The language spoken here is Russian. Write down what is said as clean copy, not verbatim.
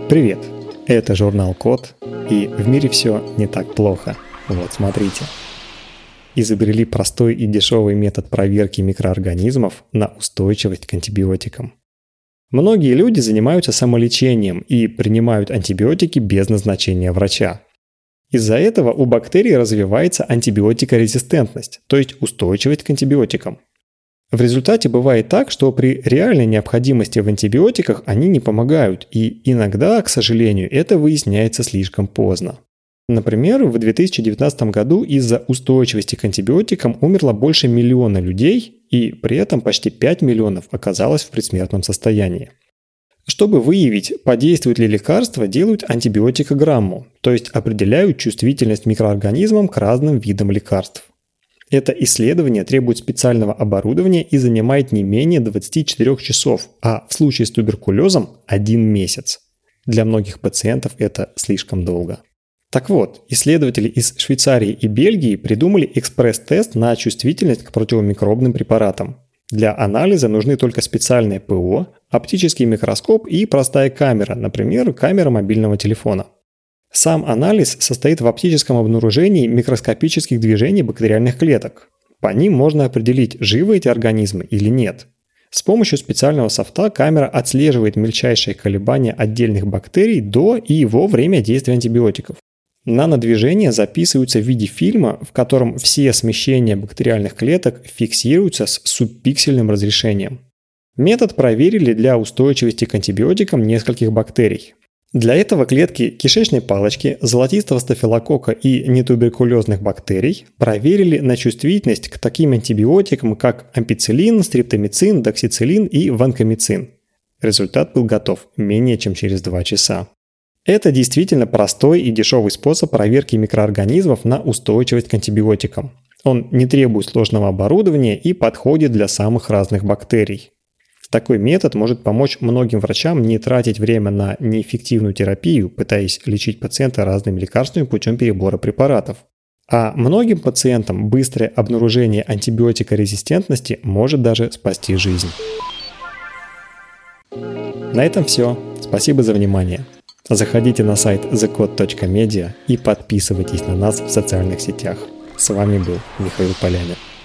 Привет! Это журнал Код, и в мире все не так плохо. Вот смотрите. Изобрели простой и дешевый метод проверки микроорганизмов на устойчивость к антибиотикам. Многие люди занимаются самолечением и принимают антибиотики без назначения врача. Из-за этого у бактерий развивается антибиотикорезистентность, то есть устойчивость к антибиотикам. В результате бывает так, что при реальной необходимости в антибиотиках они не помогают, и иногда, к сожалению, это выясняется слишком поздно. Например, в 2019 году из-за устойчивости к антибиотикам умерло больше 1 миллиона людей, и при этом почти 5 миллионов оказалось в предсмертном состоянии. Чтобы выявить, подействует ли лекарство, делают антибиотикограмму, то есть определяют чувствительность микроорганизмам к разным видам лекарств. Это исследование требует специального оборудования и занимает не менее 24 часов, а в случае с туберкулезом – 1 месяц. Для многих пациентов это слишком долго. Так вот, исследователи из Швейцарии и Бельгии придумали экспресс-тест на чувствительность к противомикробным препаратам. Для анализа нужны только специальное ПО, оптический микроскоп и простая камера, например, камера мобильного телефона. Сам анализ состоит в оптическом обнаружении микроскопических движений бактериальных клеток. По ним можно определить, живы эти организмы или нет. С помощью специального софта камера отслеживает мельчайшие колебания отдельных бактерий до и во время действия антибиотиков. Нанодвижения записываются в виде фильма, в котором все смещения бактериальных клеток фиксируются с субпиксельным разрешением. Метод проверили для устойчивости к антибиотикам нескольких бактерий. Для этого клетки кишечной палочки, золотистого стафилококка и нетуберкулезных бактерий проверили на чувствительность к таким антибиотикам, как ампицилин, стриптомицин, доксицилин и ванкомицин. Результат был готов менее чем через 2 часа. Это действительно простой и дешевый способ проверки микроорганизмов на устойчивость к антибиотикам. Он не требует сложного оборудования и подходит для самых разных бактерий. Такой метод может помочь многим врачам не тратить время на неэффективную терапию, пытаясь лечить пациента разными лекарствами путем перебора препаратов. А многим пациентам быстрое обнаружение антибиотикорезистентности может даже спасти жизнь. На этом все. Спасибо за внимание. Заходите на сайт thecode.media и подписывайтесь на нас в социальных сетях. С вами был Михаил Полянин.